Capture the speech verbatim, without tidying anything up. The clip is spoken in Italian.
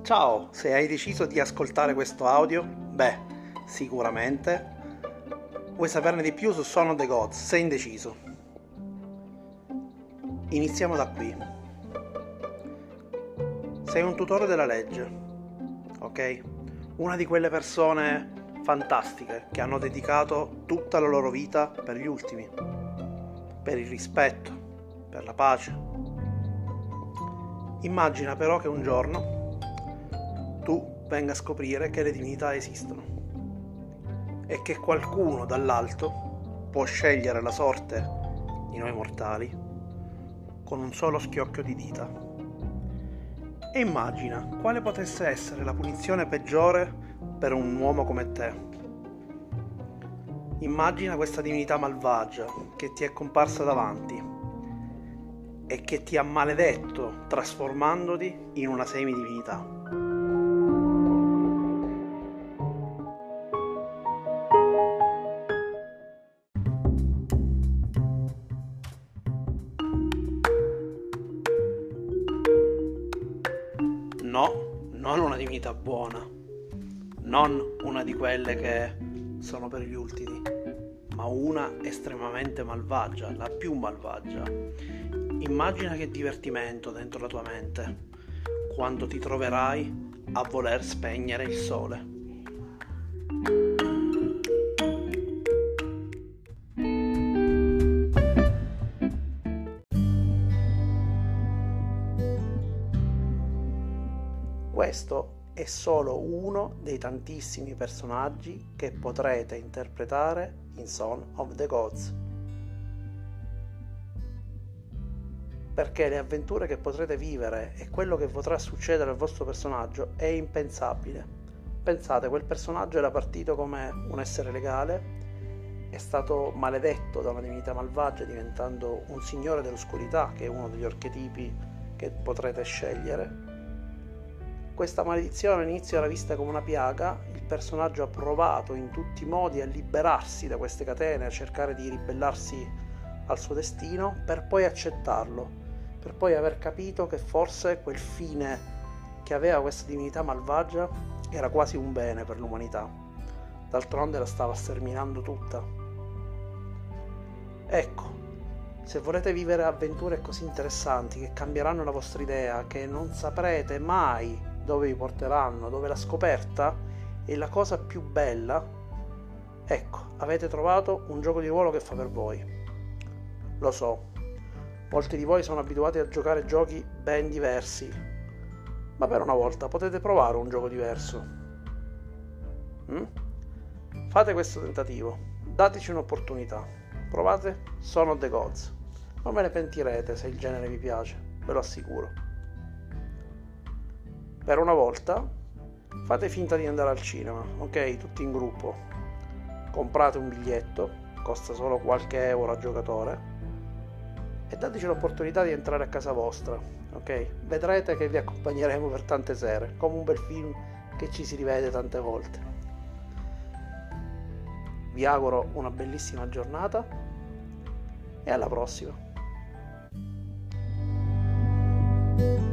Ciao, se hai deciso di ascoltare questo audio, beh, sicuramente vuoi saperne di più su Son of the Gods, sei indeciso. Iniziamo da qui. Sei un tutore della legge, ok? Una di quelle persone fantastiche che hanno dedicato tutta la loro vita per gli ultimi, per il rispetto, per la pace. Immagina però che un giorno tu venga a scoprire che le divinità esistono e che qualcuno dall'alto può scegliere la sorte di noi mortali con un solo schiocchio di dita. E immagina quale potesse essere la punizione peggiore per un uomo come te. Immagina questa divinità malvagia che ti è comparsa davanti e che ti ha maledetto trasformandoti in una semidivinità. No, non una divinità buona, non una di quelle che sono per gli ultimi, ma una estremamente malvagia, la più malvagia. Immagina che divertimento dentro la tua mente quando ti troverai a voler spegnere il sole. Questo è solo uno dei tantissimi personaggi che potrete interpretare in Son of the Gods. Perché le avventure che potrete vivere e quello che potrà succedere al vostro personaggio è impensabile. Pensate, quel personaggio era partito come un essere legale, è stato maledetto da una divinità malvagia diventando un signore dell'oscurità, che è uno degli archetipi che potrete scegliere. Questa maledizione all'inizio era vista come una piaga, il personaggio ha provato in tutti i modi a liberarsi da queste catene, a cercare di ribellarsi al suo destino, per poi accettarlo, per poi aver capito che forse quel fine che aveva questa divinità malvagia era quasi un bene per l'umanità. D'altronde la stava sterminando tutta. Ecco, se volete vivere avventure così interessanti che cambieranno la vostra idea, che non saprete mai dove vi porteranno, dove la scoperta è la cosa più bella, ecco, avete trovato un gioco di ruolo che fa per voi. Lo so, molti di voi sono abituati a giocare giochi ben diversi, ma per una volta potete provare un gioco diverso. Mm? Fate questo tentativo, dateci un'opportunità, provate Son of the Gods, non ve ne pentirete se il genere vi piace, ve lo assicuro. Per una volta fate finta di andare al cinema, ok? Tutti in gruppo. Comprate un biglietto, costa solo qualche euro a giocatore, e dateci l'opportunità di entrare a casa vostra, ok? Vedrete che vi accompagneremo per tante sere, come un bel film che ci si rivede tante volte. Vi auguro una bellissima giornata e alla prossima.